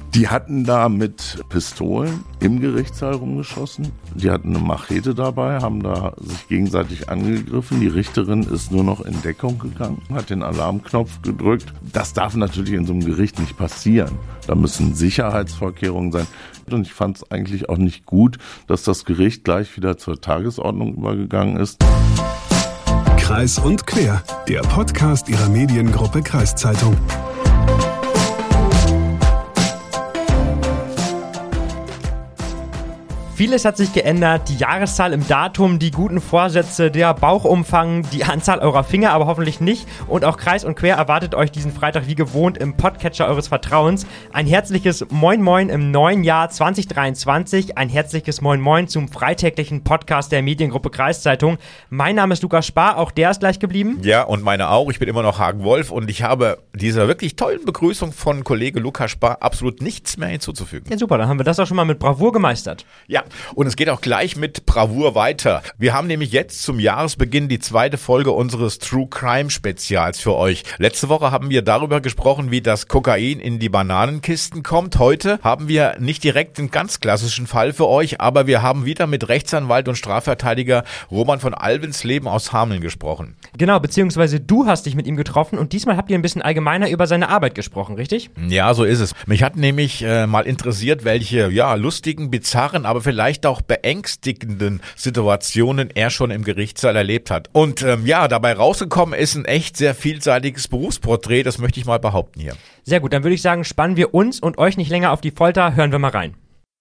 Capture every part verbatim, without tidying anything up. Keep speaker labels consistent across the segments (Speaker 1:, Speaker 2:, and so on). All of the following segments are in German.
Speaker 1: Die hatten da mit Pistolen im Gerichtssaal rumgeschossen. Die hatten eine Machete dabei, haben da sich gegenseitig angegriffen. Die Richterin ist nur noch in Deckung gegangen, hat den Alarmknopf gedrückt. Das darf natürlich in so einem Gericht nicht passieren. Da müssen Sicherheitsvorkehrungen sein. Und ich fand es eigentlich auch nicht gut, dass das Gericht gleich wieder zur Tagesordnung übergegangen ist.
Speaker 2: Kreis und Quer, der Podcast Ihrer Mediengruppe Kreiszeitung.
Speaker 3: Vieles hat sich geändert, die Jahreszahl im Datum, die guten Vorsätze, der Bauchumfang, die Anzahl eurer Finger, aber hoffentlich nicht. Und auch Kreis und Quer erwartet euch diesen Freitag wie gewohnt im Podcatcher eures Vertrauens. Ein herzliches Moin Moin im neuen Jahr zwanzig dreiundzwanzig, ein herzliches Moin Moin zum freitäglichen Podcast der Mediengruppe Kreiszeitung. Mein Name ist Lukas Spar, auch der ist gleich geblieben.
Speaker 4: Ja, und meine auch. Ich bin immer noch Hagen Wolf und ich habe dieser wirklich tollen Begrüßung von Kollege Lukas Spar absolut nichts mehr hinzuzufügen.
Speaker 3: Ja, super, dann haben wir das auch schon mal mit Bravour gemeistert.
Speaker 4: Ja. Und es geht auch gleich mit Bravour weiter. Wir haben nämlich jetzt zum Jahresbeginn die zweite Folge unseres True Crime Spezials für euch. Letzte Woche haben wir darüber gesprochen, wie das Kokain in die Bananenkisten kommt. Heute haben wir nicht direkt einen ganz klassischen Fall für euch, aber wir haben wieder mit Rechtsanwalt und Strafverteidiger Roman von Alvensleben aus Hameln gesprochen.
Speaker 3: Genau, beziehungsweise du hast dich mit ihm getroffen und diesmal habt ihr ein bisschen allgemeiner über seine Arbeit gesprochen, richtig?
Speaker 4: Ja, so ist es. Mich hat nämlich äh, mal interessiert, welche ja lustigen, bizarren, aber vielleicht vielleicht auch beängstigenden Situationen er schon im Gerichtssaal erlebt hat. Und ähm, ja, dabei rausgekommen ist ein echt sehr vielseitiges Berufsporträt, das möchte ich mal behaupten hier.
Speaker 3: Sehr gut, dann würde ich sagen, spannen wir uns und euch nicht länger auf die Folter, hören wir mal rein.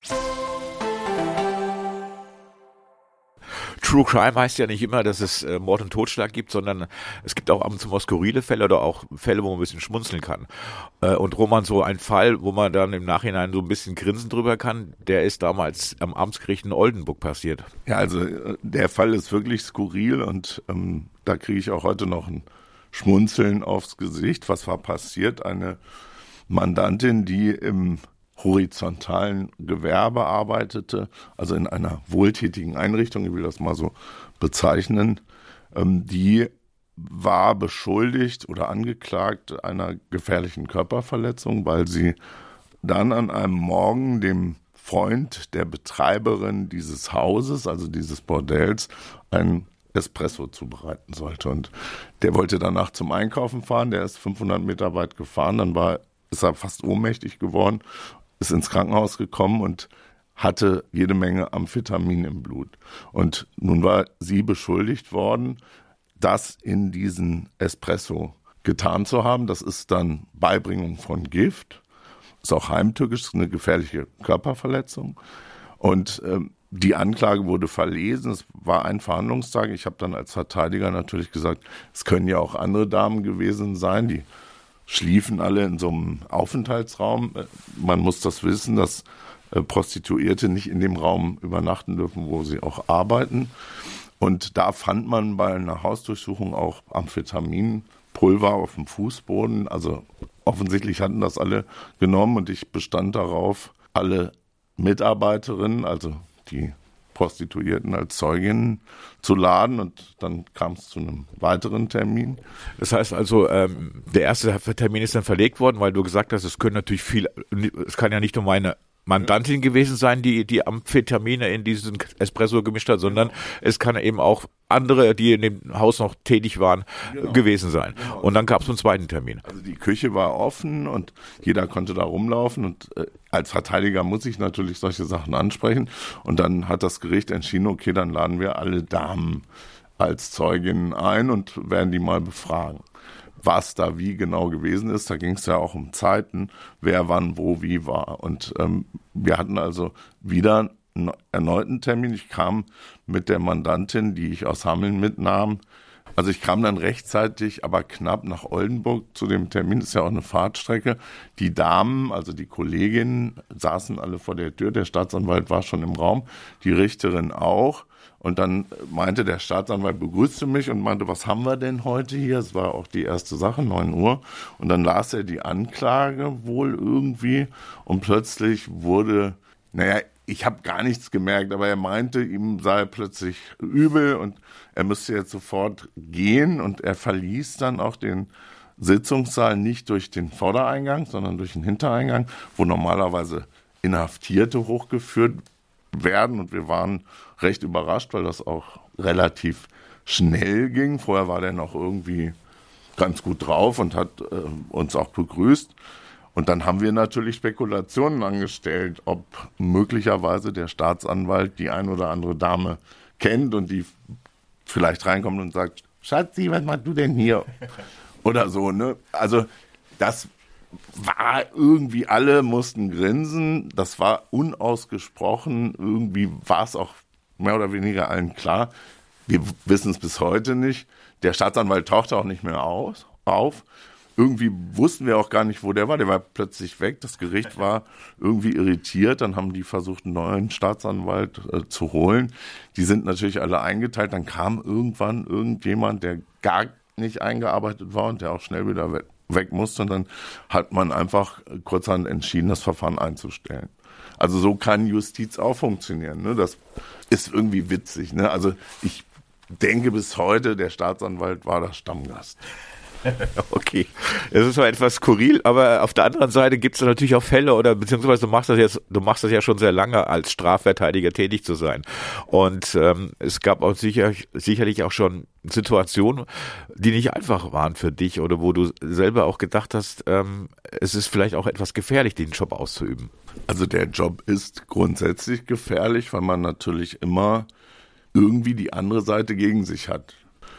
Speaker 4: True Crime heißt ja nicht immer, dass es äh, Mord und Totschlag gibt, sondern es gibt auch ab und zu mal skurrile Fälle oder auch Fälle, wo man ein bisschen schmunzeln kann. Äh, und Roman, so ein Fall, wo man dann im Nachhinein so ein bisschen grinsen drüber kann, der ist damals am Amtsgericht in Oldenburg passiert.
Speaker 1: Ja, also der Fall ist wirklich skurril und ähm, da kriege ich auch heute noch ein Schmunzeln aufs Gesicht. Was war passiert? Eine Mandantin, die im horizontalen Gewerbe arbeitete, also in einer wohltätigen Einrichtung, ich will das mal so bezeichnen, ähm, die war beschuldigt oder angeklagt einer gefährlichen Körperverletzung, weil sie dann an einem Morgen dem Freund der Betreiberin dieses Hauses, also dieses Bordells, einen Espresso zubereiten sollte. Und der wollte danach zum Einkaufen fahren, der ist fünfhundert Meter weit gefahren, dann war, ist er fast ohnmächtig geworden, ist ins Krankenhaus gekommen und hatte jede Menge Amphetamin im Blut. Und nun war sie beschuldigt worden, das in diesen Espresso getan zu haben. Das ist dann Beibringung von Gift, ist auch heimtückisch, ist eine gefährliche Körperverletzung. Und ähm, die Anklage wurde verlesen, es war ein Verhandlungstag. Ich habe dann als Verteidiger natürlich gesagt, es können ja auch andere Damen gewesen sein, die schliefen alle in so einem Aufenthaltsraum. Man muss das wissen, dass Prostituierte nicht in dem Raum übernachten dürfen, wo sie auch arbeiten. Und da fand man bei einer Hausdurchsuchung auch Amphetaminpulver auf dem Fußboden. Also offensichtlich hatten das alle genommen und ich bestand darauf, alle Mitarbeiterinnen, also die Prostituierten als Zeuginnen zu laden und dann kam es zu einem weiteren Termin.
Speaker 4: Das heißt also, ähm, der erste Termin ist dann verlegt worden, weil du gesagt hast, es können natürlich viel, es kann ja nicht nur meine Mandantin gewesen sein, die die Amphetamine in diesen Espresso gemischt hat, sondern es kann eben auch andere, die in dem Haus noch tätig waren, genau. gewesen sein. Genau. Und dann gab es einen zweiten Termin.
Speaker 1: Also die Küche war offen und jeder konnte da rumlaufen und äh, als Verteidiger muss ich natürlich solche Sachen ansprechen und dann hat das Gericht entschieden, okay, dann laden wir alle Damen als Zeuginnen ein und werden die mal befragen. Was da wie genau gewesen ist, da ging es ja auch um Zeiten, wer wann wo wie war. Und ähm, wir hatten also wieder einen erneuten Termin. Ich kam mit der Mandantin, die ich aus Hameln mitnahm. Also ich kam dann rechtzeitig, aber knapp nach Oldenburg zu dem Termin. Das ist ja auch eine Fahrtstrecke. Die Damen, also die Kolleginnen, saßen alle vor der Tür. Der Staatsanwalt war schon im Raum, die Richterin auch. Und dann meinte der Staatsanwalt, begrüßte mich und meinte, was haben wir denn heute hier? Es war auch die erste Sache, neun Uhr. Und dann las er die Anklage wohl irgendwie und plötzlich wurde, naja, ich habe gar nichts gemerkt, aber er meinte, ihm sei plötzlich übel und er müsste jetzt sofort gehen und er verließ dann auch den Sitzungssaal nicht durch den Vordereingang, sondern durch den Hintereingang, wo normalerweise Inhaftierte hochgeführt werden. Und wir waren recht überrascht, weil das auch relativ schnell ging. Vorher war der noch irgendwie ganz gut drauf und hat äh, uns auch begrüßt. Und dann haben wir natürlich Spekulationen angestellt, ob möglicherweise der Staatsanwalt die ein oder andere Dame kennt und die vielleicht reinkommt und sagt, Schatzi, was machst du denn hier? Oder so, ne? Also das war irgendwie, alle mussten grinsen, das war unausgesprochen, irgendwie war es auch mehr oder weniger allen klar. Wir wissen es bis heute nicht. Der Staatsanwalt tauchte auch nicht mehr aus, auf. Irgendwie wussten wir auch gar nicht, wo der war. Der war plötzlich weg. Das Gericht war irgendwie irritiert. Dann haben die versucht, einen neuen Staatsanwalt äh, zu holen. Die sind natürlich alle eingeteilt. Dann kam irgendwann irgendjemand, der gar nicht eingearbeitet war und der auch schnell wieder weg, weg musste. Und dann hat man einfach kurzerhand entschieden, das Verfahren einzustellen. Also so kann Justiz auch funktionieren. Ne? Das ist irgendwie witzig. Ne? Also ich denke bis heute, der Staatsanwalt war der Stammgast.
Speaker 4: Okay, das ist zwar etwas skurril, aber auf der anderen Seite gibt es natürlich auch Fälle oder beziehungsweise du machst das jetzt, du machst das ja schon sehr lange, als Strafverteidiger tätig zu sein. Und ähm, es gab auch sicher, sicherlich auch schon Situationen, die nicht einfach waren für dich oder wo du selber auch gedacht hast, ähm, es ist vielleicht auch etwas gefährlich, den Job auszuüben.
Speaker 1: Also der Job ist grundsätzlich gefährlich, weil man natürlich immer irgendwie die andere Seite gegen sich hat.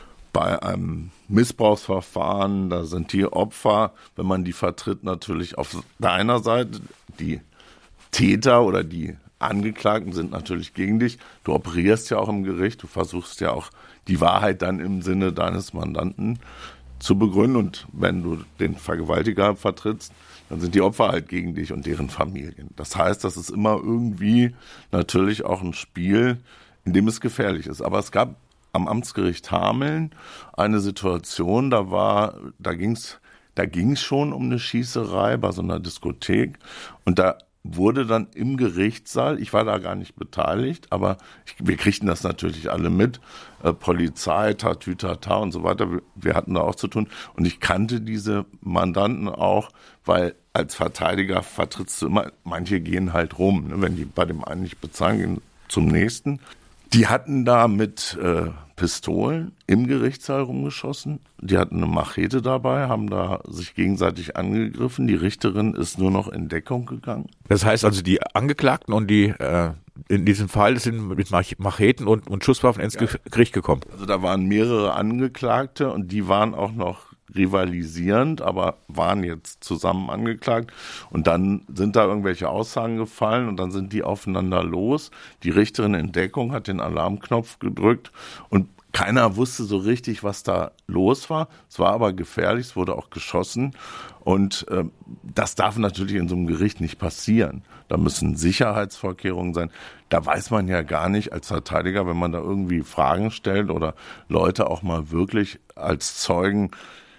Speaker 1: Bei einem Missbrauchsverfahren, da sind die Opfer, wenn man die vertritt, natürlich auf deiner Seite. Die Täter oder die Angeklagten sind natürlich gegen dich. Du operierst ja auch im Gericht, du versuchst ja auch die Wahrheit dann im Sinne deines Mandanten zu begründen. Und wenn du den Vergewaltiger vertrittst, dann sind die Opfer halt gegen dich und deren Familien. Das heißt, das ist immer irgendwie natürlich auch ein Spiel, in dem es gefährlich ist. Aber es gab am Amtsgericht Hameln eine Situation, da war, da ging's, da ging's schon um eine Schießerei bei so einer Diskothek und da wurde dann im Gerichtssaal, ich war da gar nicht beteiligt, aber ich, wir kriegten das natürlich alle mit, äh, Polizei, Tatütata und so weiter, wir, wir hatten da auch zu tun und ich kannte diese Mandanten auch, weil als Verteidiger vertrittst du immer, manche gehen halt rum, ne, wenn die bei dem einen nicht bezahlen, gehen zum nächsten. Die hatten da mit äh, Pistolen im Gerichtssaal rumgeschossen. Die hatten eine Machete dabei, haben da sich gegenseitig angegriffen. Die Richterin ist nur noch in Deckung gegangen.
Speaker 4: Das heißt also, die Angeklagten und die äh, in diesem Fall sind mit Macheten und, und Schusswaffen ins ja. Gericht gekommen.
Speaker 1: Also da waren mehrere Angeklagte und die waren auch noch rivalisierend, aber waren jetzt zusammen angeklagt und dann sind da irgendwelche Aussagen gefallen und dann sind die aufeinander los. Die Richterin in Deckung hat den Alarmknopf gedrückt und keiner wusste so richtig, was da los war. Es war aber gefährlich, es wurde auch geschossen und äh, das darf natürlich in so einem Gericht nicht passieren. Da müssen Sicherheitsvorkehrungen sein. Da weiß man ja gar nicht als Verteidiger, wenn man da irgendwie Fragen stellt oder Leute auch mal wirklich als Zeugen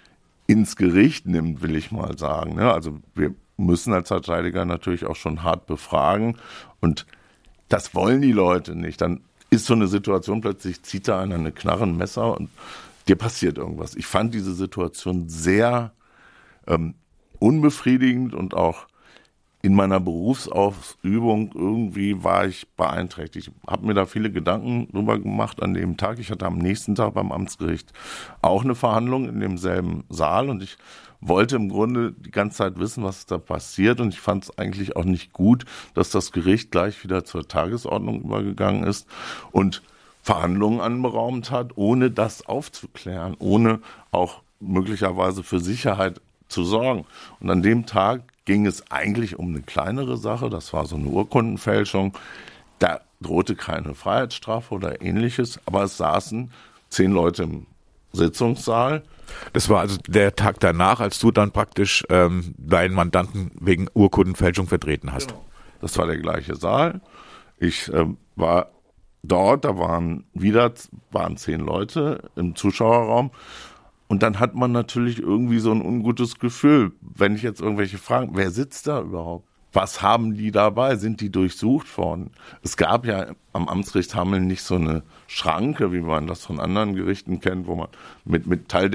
Speaker 1: ins Gericht nimmt, will ich mal sagen. Also wir müssen als Verteidiger natürlich auch schon hart befragen und das wollen die Leute nicht. Dann ist so eine Situation, plötzlich zieht da einer eine Knarre, ein Messer und dir passiert irgendwas. Ich fand diese Situation sehr ähm, unbefriedigend und auch in meiner Berufsausübung irgendwie war ich beeinträchtigt. Ich habe mir da viele Gedanken drüber gemacht an dem Tag. Ich hatte am nächsten Tag beim Amtsgericht auch eine Verhandlung in demselben Saal und ich wollte im Grunde die ganze Zeit wissen, was da passiert und ich fand es eigentlich auch nicht gut, dass das Gericht gleich wieder zur Tagesordnung übergegangen ist und Verhandlungen anberaumt hat, ohne das aufzuklären, ohne auch möglicherweise für Sicherheit zu sorgen. Und an dem Tag ging es eigentlich um eine kleinere Sache, das war so eine Urkundenfälschung. Da drohte keine Freiheitsstrafe oder ähnliches, aber es saßen zehn Leute im Sitzungssaal.
Speaker 4: Das war also der Tag danach, als du dann praktisch ähm, deinen Mandanten wegen Urkundenfälschung vertreten hast.
Speaker 1: Genau. Das war der gleiche Saal. Ich äh, war dort, da waren wieder waren zehn Leute im Zuschauerraum. Und dann hat man natürlich irgendwie so ein ungutes Gefühl, wenn ich jetzt irgendwelche Fragen, wer sitzt da überhaupt? Was haben die dabei? Sind die durchsucht worden? Es gab ja am Amtsgericht Hameln nicht so eine Schranke, wie man das von anderen Gerichten kennt, wo man mit Metalldetektoren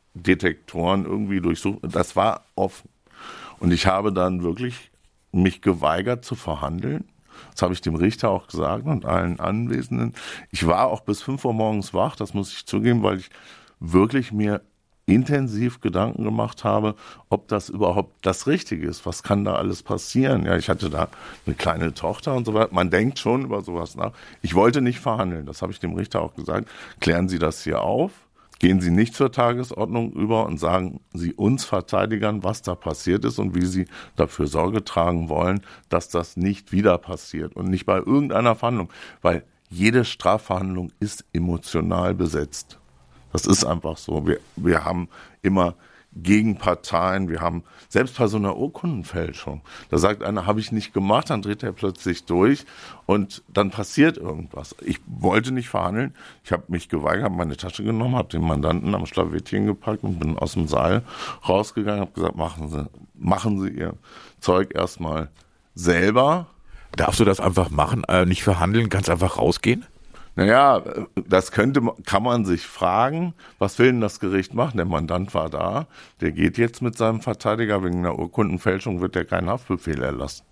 Speaker 1: Metalldetektoren irgendwie durchsucht. Das war offen. Und ich habe dann wirklich mich geweigert zu verhandeln. Das habe ich dem Richter auch gesagt und allen Anwesenden. Ich war auch bis fünf Uhr morgens wach, das muss ich zugeben, weil ich wirklich mir intensiv Gedanken gemacht habe, ob das überhaupt das Richtige ist. Was kann da alles passieren? Ja, ich hatte da eine kleine Tochter und so weiter. Man denkt schon über sowas nach. Ich wollte nicht verhandeln, das habe ich dem Richter auch gesagt. Klären Sie das hier auf. Gehen Sie nicht zur Tagesordnung über und sagen Sie uns Verteidigern, was da passiert ist und wie Sie dafür Sorge tragen wollen, dass das nicht wieder passiert und nicht bei irgendeiner Verhandlung. Weil jede Strafverhandlung ist emotional besetzt. Das ist einfach so. Wir, wir haben immer Gegenparteien, wir haben, selbst bei so einer Urkundenfälschung, da sagt einer, habe ich nicht gemacht, dann dreht er plötzlich durch und dann passiert irgendwas. Ich wollte nicht verhandeln, ich habe mich geweigert, habe meine Tasche genommen, habe den Mandanten am Schlawittchen gepackt und bin aus dem Saal rausgegangen, habe gesagt, machen Sie, machen Sie Ihr Zeug erstmal selber.
Speaker 4: Darfst du das einfach machen, äh, nicht verhandeln, kannst einfach rausgehen?
Speaker 1: Naja, das könnte, kann man sich fragen, was will denn das Gericht machen? Der Mandant war da, der geht jetzt mit seinem Verteidiger, wegen einer Urkundenfälschung wird er keinen Haftbefehl erlassen.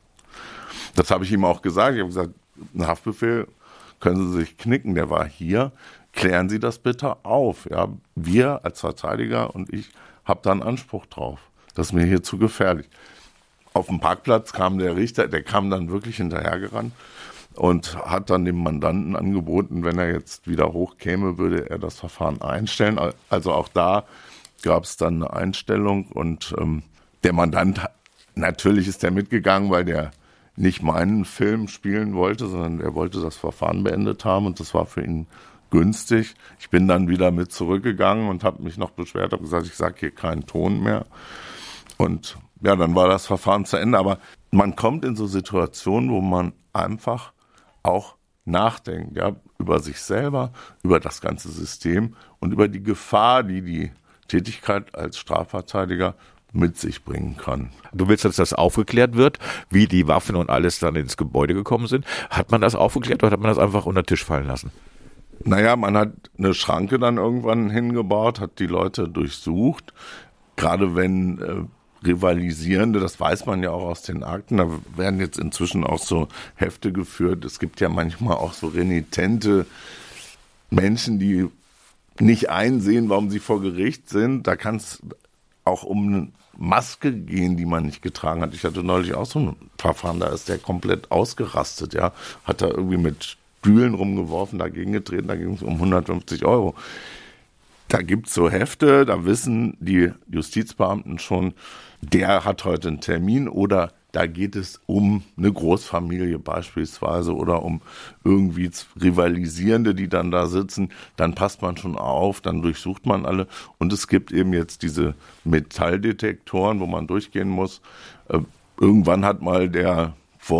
Speaker 1: Das habe ich ihm auch gesagt, ich habe gesagt, einen Haftbefehl können Sie sich knicken, der war hier, klären Sie das bitte auf. Ja, wir als Verteidiger und ich haben da einen Anspruch drauf, das ist mir hier zu gefährlich. Auf dem Parkplatz kam der Richter, der kam dann wirklich hinterhergerannt und hat dann dem Mandanten angeboten, wenn er jetzt wieder hochkäme, würde er das Verfahren einstellen. Also auch da gab es dann eine Einstellung und ähm, der Mandant, natürlich ist der mitgegangen, weil der nicht meinen Film spielen wollte, sondern er wollte das Verfahren beendet haben und das war für ihn günstig. Ich bin dann wieder mit zurückgegangen und habe mich noch beschwert, habe gesagt, ich sage hier keinen Ton mehr. Und ja, dann war das Verfahren zu Ende. Aber man kommt in so Situationen, wo man einfach auch nachdenkt, ja, über sich selber, über das ganze System und über die Gefahr, die die Tätigkeit als Strafverteidiger mit sich bringen kann.
Speaker 4: Du willst, dass das aufgeklärt wird, wie die Waffen und alles dann ins Gebäude gekommen sind. Hat man das aufgeklärt oder hat man das einfach unter den Tisch fallen lassen?
Speaker 1: Naja, man hat eine Schranke dann irgendwann hingebaut, hat die Leute durchsucht. Gerade wenn äh, Rivalisierende, das weiß man ja auch aus den Akten, da werden jetzt inzwischen auch so Hefte geführt. Es gibt ja manchmal auch so renitente Menschen, die nicht einsehen, warum sie vor Gericht sind. Da kann es auch um eine Maske gehen, die man nicht getragen hat. Ich hatte neulich auch so ein Verfahren, da ist der komplett ausgerastet, ja, hat da irgendwie mit Stühlen rumgeworfen, dagegen getreten, da ging es um hundertfünfzig Euro. Da gibt's so Hefte, da wissen die Justizbeamten schon, der hat heute einen Termin oder da geht es um eine Großfamilie beispielsweise oder um irgendwie Rivalisierende, die dann da sitzen. Dann passt man schon auf, dann durchsucht man alle. Und es gibt eben jetzt diese Metalldetektoren, wo man durchgehen muss. Äh, irgendwann hat mal der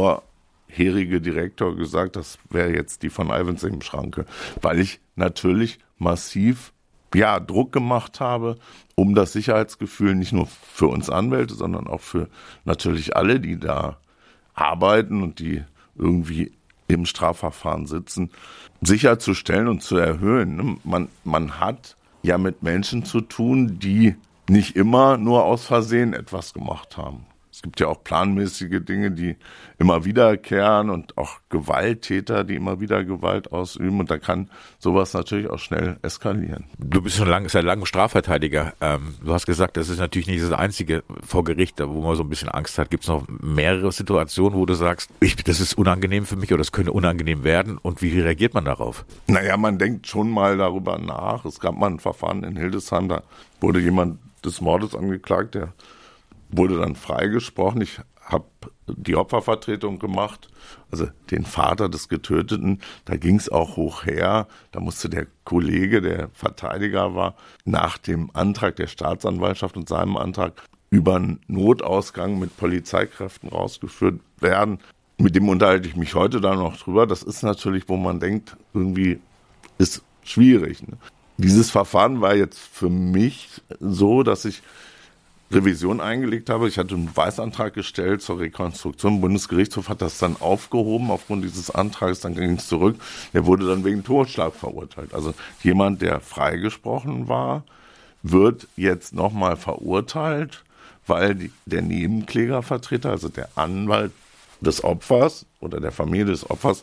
Speaker 1: vorherige Direktor gesagt, das wäre jetzt die von Alvensheimer-Schranke, weil ich natürlich massiv ja, Druck gemacht habe, um das Sicherheitsgefühl nicht nur für uns Anwälte, sondern auch für natürlich alle, die da arbeiten und die irgendwie im Strafverfahren sitzen, sicherzustellen und zu erhöhen. Man, man hat ja mit Menschen zu tun, die nicht immer nur aus Versehen etwas gemacht haben. Es gibt ja auch planmäßige Dinge, die immer wiederkehren und auch Gewalttäter, die immer wieder Gewalt ausüben. Und da kann sowas natürlich auch schnell eskalieren.
Speaker 4: Du bist schon lang, seit langem Strafverteidiger. Ähm, du hast gesagt, das ist natürlich nicht das Einzige vor Gericht, wo man so ein bisschen Angst hat. Gibt es noch mehrere Situationen, wo du sagst, ich, das ist unangenehm für mich oder das könnte unangenehm werden? Und wie reagiert man darauf?
Speaker 1: Naja, man denkt schon mal darüber nach. Es gab mal ein Verfahren in Hildesheim, da wurde jemand des Mordes angeklagt, der wurde dann freigesprochen. Ich habe die Opfervertretung gemacht, also den Vater des Getöteten. Da ging es auch hoch her. Da musste der Kollege, der Verteidiger war, nach dem Antrag der Staatsanwaltschaft und seinem Antrag über einen Notausgang mit Polizeikräften rausgeführt werden. Mit dem unterhalte ich mich heute da noch drüber. Das ist natürlich, wo man denkt, irgendwie ist schwierig. Ne? Dieses Verfahren war jetzt für mich so, dass ich Revision eingelegt habe. Ich hatte einen Beweisantrag gestellt zur Rekonstruktion. Der Bundesgerichtshof hat das dann aufgehoben aufgrund dieses Antrags, dann ging es zurück. Der wurde dann wegen Totschlag verurteilt. Also jemand, der freigesprochen war, wird jetzt nochmal verurteilt, weil die, der Nebenklägervertreter, also der Anwalt des Opfers oder der Familie des Opfers,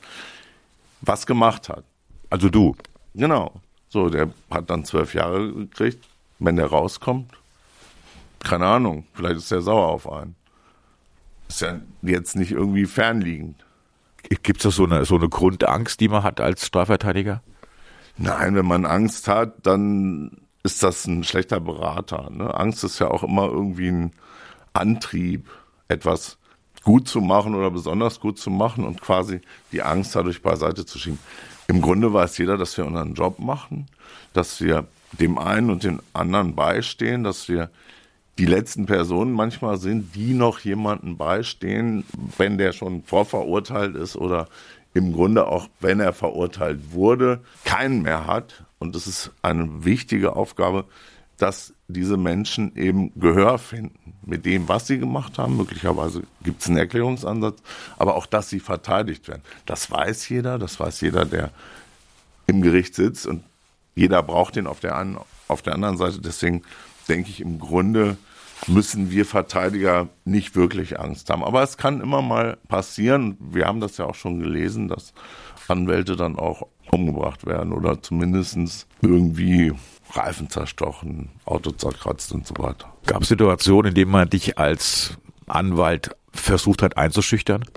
Speaker 1: was gemacht hat.
Speaker 4: Also du?
Speaker 1: Genau. So, der hat dann zwölf Jahre gekriegt. Wenn der rauskommt, keine Ahnung, vielleicht ist der sauer auf einen. Ist ja jetzt nicht irgendwie fernliegend.
Speaker 4: Gibt es da so eine, so eine Grundangst, die man hat als Strafverteidiger?
Speaker 1: Nein, wenn man Angst hat, dann ist das ein schlechter Berater. Ne? Angst ist ja auch immer irgendwie ein Antrieb, etwas gut zu machen oder besonders gut zu machen und quasi die Angst dadurch beiseite zu schieben. Im Grunde weiß jeder, dass wir unseren Job machen, dass wir dem einen und dem anderen beistehen, dass wir die letzten Personen manchmal sind, die noch jemanden beistehen, wenn der schon vorverurteilt ist oder im Grunde auch, wenn er verurteilt wurde, keinen mehr hat. Und es ist eine wichtige Aufgabe, dass diese Menschen eben Gehör finden mit dem, was sie gemacht haben. Möglicherweise gibt es einen Erklärungsansatz, aber auch, dass sie verteidigt werden. Das weiß jeder, das weiß jeder, der im Gericht sitzt und jeder braucht den auf der einen, auf der anderen Seite. Deswegen denke ich, im Grunde müssen wir Verteidiger nicht wirklich Angst haben. Aber es kann immer mal passieren, wir haben das ja auch schon gelesen, dass Anwälte dann auch umgebracht werden oder zumindest irgendwie Reifen zerstochen, Auto zerkratzt und so weiter.
Speaker 4: Gab es Situationen, in denen man dich als Anwalt versucht hat einzuschüchtern?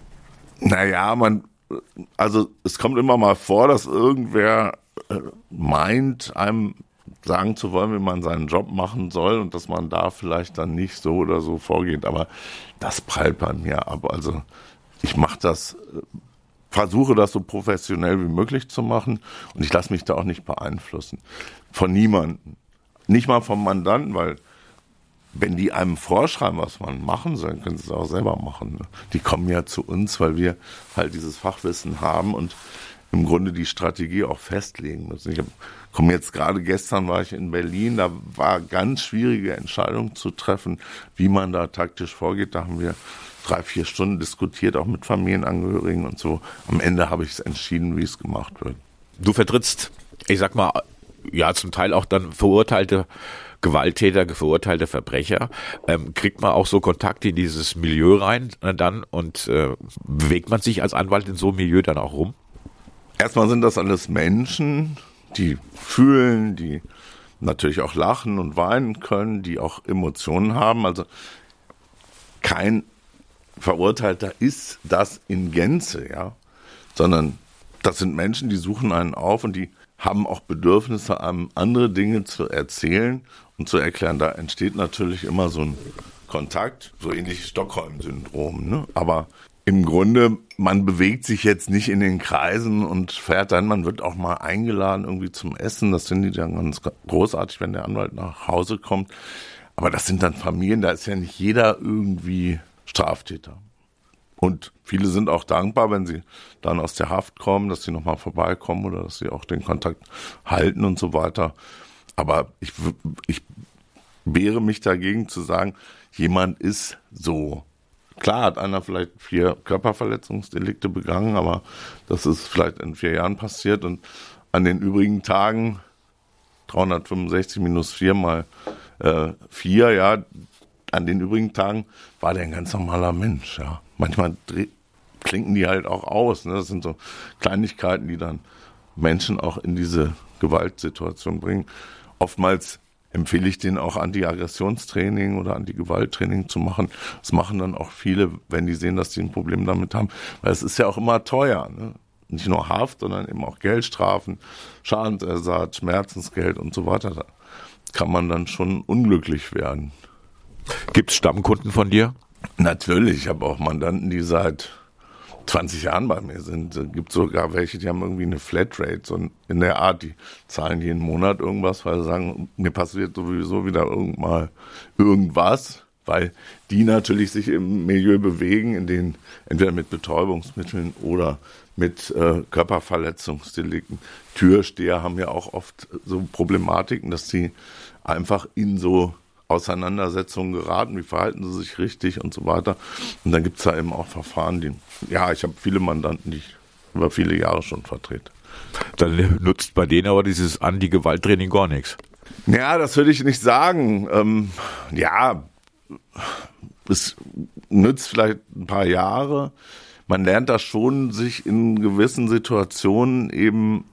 Speaker 1: Naja, man, also es kommt immer mal vor, dass irgendwer äh, meint, einem sagen zu wollen, wie man seinen Job machen soll und dass man da vielleicht dann nicht so oder so vorgeht. Aber das prallt bei mir ab. Also ich mache das, versuche das so professionell wie möglich zu machen und ich lasse mich da auch nicht beeinflussen. Von niemandem. Nicht mal vom Mandanten, weil wenn die einem vorschreiben, was man machen soll, können sie es auch selber machen. Die kommen ja zu uns, weil wir halt dieses Fachwissen haben und im Grunde die Strategie auch festlegen müssen. Ich komme jetzt gerade, gestern war ich in Berlin, da war ganz schwierige Entscheidung zu treffen, wie man da taktisch vorgeht. Da haben wir drei, vier Stunden diskutiert, auch mit Familienangehörigen und so. Am Ende habe ich es entschieden, wie es gemacht wird.
Speaker 4: Du vertrittst, ich sag mal, ja, zum Teil auch dann verurteilte Gewalttäter, verurteilte Verbrecher. Ähm, kriegt man auch so Kontakte in dieses Milieu rein äh, dann und äh, bewegt man sich als Anwalt in so einem Milieu dann auch rum?
Speaker 1: Erstmal sind das alles Menschen, die fühlen, die natürlich auch lachen und weinen können, die auch Emotionen haben. Also kein Verurteilter ist das in Gänze, ja, sondern das sind Menschen, die suchen einen auf und die haben auch Bedürfnisse, einem andere Dinge zu erzählen und zu erklären. Da entsteht natürlich immer so ein Kontakt, so ähnlich Stockholm-Syndrom, ne? Aber im Grunde, man bewegt sich jetzt nicht in den Kreisen und fährt dann, man wird auch mal eingeladen irgendwie zum Essen. Das finden die dann ganz großartig, wenn der Anwalt nach Hause kommt. Aber das sind dann Familien, da ist ja nicht jeder irgendwie Straftäter. Und viele sind auch dankbar, wenn sie dann aus der Haft kommen, dass sie nochmal vorbeikommen oder dass sie auch den Kontakt halten und so weiter. Aber ich, ich wehre mich dagegen zu sagen, jemand ist so. Klar hat einer vielleicht vier Körperverletzungsdelikte begangen, aber das ist vielleicht in vier Jahren passiert und an den übrigen Tagen dreihundertfünfundsechzig minus vier mal äh, vier, ja, an den übrigen Tagen war der ein ganz normaler Mensch, ja. Manchmal dreh, klinken die halt auch aus, ne? Das sind so Kleinigkeiten, die dann Menschen auch in diese Gewaltsituation bringen. Oftmals empfehle ich denen auch Anti-Aggressionstraining oder Anti-Gewalttraining zu machen. Das machen dann auch viele, wenn die sehen, dass die ein Problem damit haben. Weil es ist ja auch immer teuer, ne? Nicht nur Haft, sondern eben auch Geldstrafen, Schadensersatz, Schmerzensgeld und so weiter. Da kann man dann schon unglücklich werden.
Speaker 4: Gibt es Stammkunden von dir?
Speaker 1: Natürlich, ich habe auch Mandanten, die seit zwanzig Jahren bei mir sind. Es gibt sogar welche, die haben irgendwie eine Flatrate, so in der Art, die zahlen jeden Monat irgendwas, weil sie sagen, mir passiert sowieso wieder irgendwann irgendwas, weil die natürlich sich im Milieu bewegen, in denen entweder mit Betäubungsmitteln oder mit äh, Körperverletzungsdelikten. Türsteher haben ja auch oft so Problematiken, dass sie einfach in so Auseinandersetzungen geraten, wie verhalten sie sich richtig und so weiter. Und dann gibt es da eben auch Verfahren, die, ja, ich habe viele Mandanten, die ich über viele Jahre schon vertrete.
Speaker 4: Dann nutzt bei denen aber dieses Anti-Gewalt-Training gar nichts.
Speaker 1: Ja, das würde ich nicht sagen. Ähm, ja, es nützt vielleicht ein paar Jahre. Man lernt das schon, sich in gewissen Situationen eben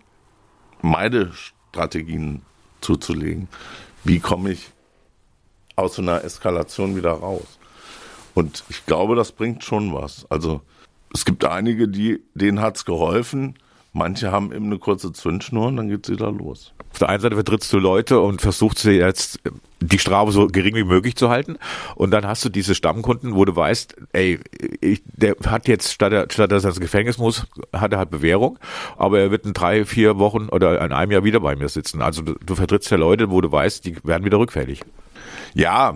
Speaker 1: Meidestrategien zuzulegen. Wie komme ich aus so einer Eskalation wieder raus? Und ich glaube, das bringt schon was. Also es gibt einige, die, denen hat's geholfen. Manche haben eben eine kurze Zündschnur und dann geht's wieder los.
Speaker 4: Auf der einen Seite vertrittst du Leute und versuchst sie jetzt die Strafe so gering wie möglich zu halten. Und dann hast du diese Stammkunden, wo du weißt, ey, ich, der hat jetzt, statt, er, statt dass er ins Gefängnis muss, hat er halt Bewährung. Aber er wird in drei, vier Wochen oder in einem Jahr wieder bei mir sitzen. Also du, du vertrittst ja Leute, wo du weißt, die werden wieder rückfällig.
Speaker 1: Ja,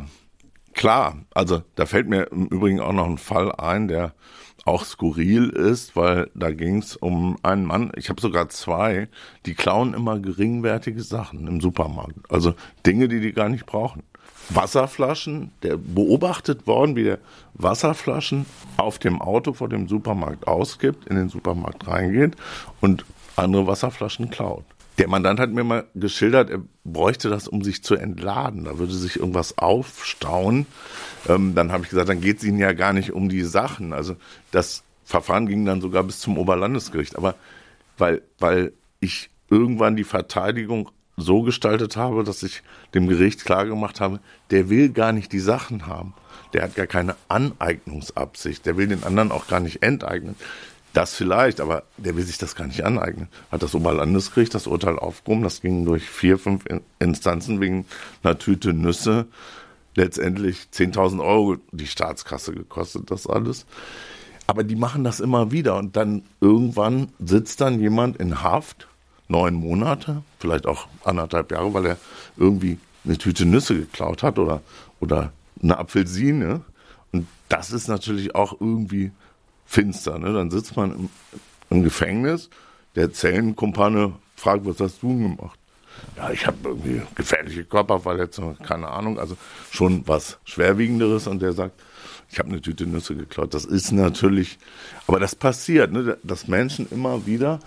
Speaker 1: klar. Also da fällt mir im Übrigen auch noch ein Fall ein, der auch skurril ist, weil da ging es um einen Mann, ich habe sogar zwei, die klauen immer geringwertige Sachen im Supermarkt. Also Dinge, die die gar nicht brauchen. Wasserflaschen, der beobachtet worden, wie der Wasserflaschen auf dem Auto vor dem Supermarkt ausgibt, in den Supermarkt reingeht und andere Wasserflaschen klaut. Der Mandant hat mir mal geschildert, er bräuchte das, um sich zu entladen. Da würde sich irgendwas aufstauen. Ähm, dann habe ich gesagt, dann geht es Ihnen ja gar nicht um die Sachen. Also das Verfahren ging dann sogar bis zum Oberlandesgericht. Aber weil, weil ich irgendwann die Verteidigung so gestaltet habe, dass ich dem Gericht klargemacht habe, der will gar nicht die Sachen haben. Der hat gar keine Aneignungsabsicht. Der will den anderen auch gar nicht enteignen. Das vielleicht, aber der will sich das gar nicht aneignen. Hat das Oberlandesgericht das Urteil aufgehoben, das ging durch vier, fünf Instanzen wegen einer Tüte Nüsse. Letztendlich zehntausend Euro die Staatskasse gekostet, das alles. Aber die machen das immer wieder und dann irgendwann sitzt dann jemand in Haft, neun Monate, vielleicht auch anderthalb Jahre, weil er irgendwie eine Tüte Nüsse geklaut hat oder, oder eine Apfelsine. Und das ist natürlich auch irgendwie finster, ne? Dann sitzt man im, im Gefängnis, der Zellenkumpane fragt, was hast du gemacht? Ja, ich habe irgendwie gefährliche Körperverletzung, keine Ahnung, also schon was Schwerwiegenderes und der sagt, ich habe eine Tüte Nüsse geklaut. Das ist natürlich, aber das passiert, ne? Dass Menschen immer wieder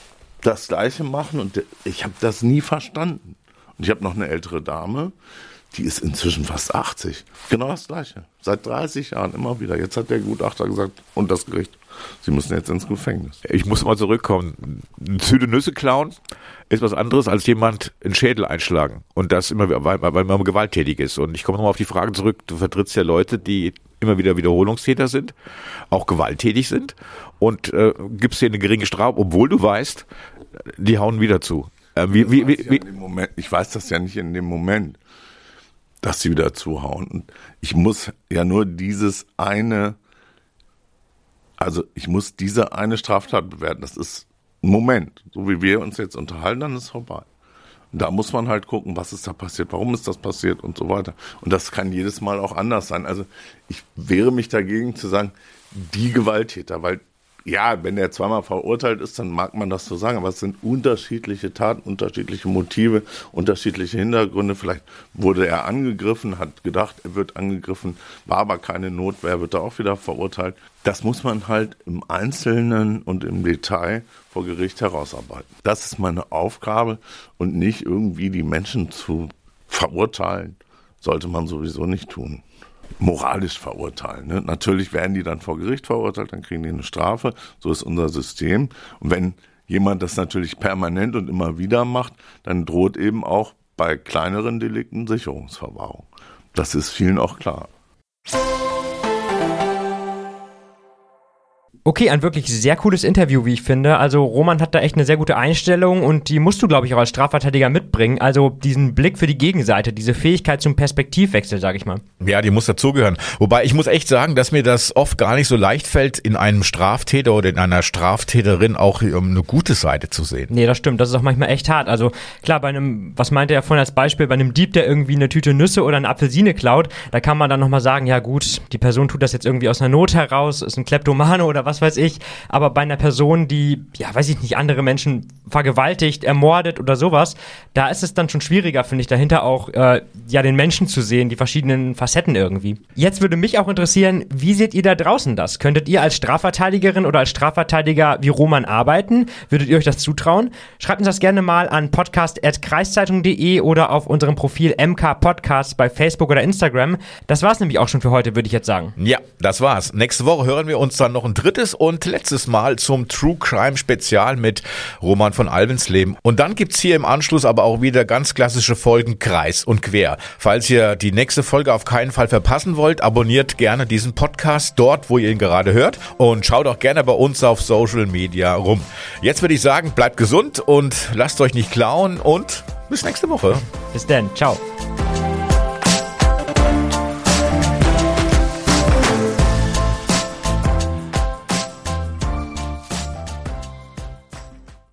Speaker 1: das Gleiche machen und ich habe das nie verstanden. Und ich habe noch eine ältere Dame, die ist inzwischen fast achtzig. Genau das Gleiche. Seit dreißig Jahren immer wieder. Jetzt hat der Gutachter gesagt, und das Gericht, sie müssen jetzt ins Gefängnis.
Speaker 4: Ich muss mal zurückkommen. Eine Tüte Nüsse klauen ist was anderes als jemand einen Schädel einschlagen. Und das immer, weil, weil man gewalttätig ist. Und ich komme nochmal auf die Frage zurück. Du vertrittst ja Leute, die immer wieder Wiederholungstäter sind, auch gewalttätig sind und äh, gibst dir eine geringe Strafe, obwohl du weißt, die hauen wieder zu. Äh, wie, wie, wie, wie,
Speaker 1: Moment, ich weiß das ja nicht in dem Moment, dass sie wieder zuhauen. Und ich muss ja nur dieses eine, also ich muss diese eine Straftat bewerten. Das ist ein Moment. So wie wir uns jetzt unterhalten, dann ist es vorbei. Und da muss man halt gucken, was ist da passiert, warum ist das passiert und so weiter. Und das kann jedes Mal auch anders sein. Also ich wehre mich dagegen zu sagen, die Gewalttäter, weil ja, wenn der zweimal verurteilt ist, dann mag man das so sagen, aber es sind unterschiedliche Taten, unterschiedliche Motive, unterschiedliche Hintergründe. Vielleicht wurde er angegriffen, hat gedacht, er wird angegriffen, war aber keine Notwehr, wird er auch wieder verurteilt. Das muss man halt im Einzelnen und im Detail vor Gericht herausarbeiten. Das ist meine Aufgabe und nicht irgendwie die Menschen zu verurteilen, sollte man sowieso nicht tun. Moralisch verurteilen. Ne? Natürlich werden die dann vor Gericht verurteilt, dann kriegen die eine Strafe. So ist unser System. Und wenn jemand das natürlich permanent und immer wieder macht, dann droht eben auch bei kleineren Delikten Sicherungsverwahrung. Das ist vielen auch klar.
Speaker 3: Okay, ein wirklich sehr cooles Interview, wie ich finde. Also Roman hat da echt eine sehr gute Einstellung und die musst du, glaube ich, auch als Strafverteidiger mitbringen. Also diesen Blick für die Gegenseite, diese Fähigkeit zum Perspektivwechsel, sage ich mal.
Speaker 4: Ja, die muss dazugehören. Wobei ich muss echt sagen, dass mir das oft gar nicht so leicht fällt, in einem Straftäter oder in einer Straftäterin auch eine gute Seite zu sehen.
Speaker 3: Nee, das stimmt. Das ist auch manchmal echt hart. Also klar, bei einem, was meinte er vorhin als Beispiel, bei einem Dieb, der irgendwie eine Tüte Nüsse oder eine Apfelsine klaut, da kann man dann nochmal sagen, ja gut, die Person tut das jetzt irgendwie aus einer Not heraus, ist ein Kleptomane oder was was weiß ich. Aber bei einer Person, die, ja, weiß ich nicht, andere Menschen vergewaltigt, ermordet oder sowas, da ist es dann schon schwieriger, finde ich, dahinter auch äh, ja den Menschen zu sehen, die verschiedenen Facetten irgendwie. Jetzt würde mich auch interessieren, wie seht ihr da draußen das? Könntet ihr als Strafverteidigerin oder als Strafverteidiger wie Roman arbeiten? Würdet ihr euch das zutrauen? Schreibt uns das gerne mal an podcast at kreiszeitung punkt de oder auf unserem Profil M K Podcast bei Facebook oder Instagram. Das war's nämlich auch schon für heute, würde ich jetzt sagen.
Speaker 4: Ja, das war's. Nächste Woche hören wir uns dann noch ein drittes und letztes Mal zum True Crime Spezial mit Roman von Alvensleben. Und dann gibt's hier im Anschluss aber auch wieder ganz klassische Folgen Kreis und Quer. Falls ihr die nächste Folge auf keinen Fall verpassen wollt, abonniert gerne diesen Podcast dort, wo ihr ihn gerade hört und schaut auch gerne bei uns auf Social Media rum. Jetzt würde ich sagen, bleibt gesund und lasst euch nicht klauen und bis nächste Woche.
Speaker 3: Bis dann. Ciao.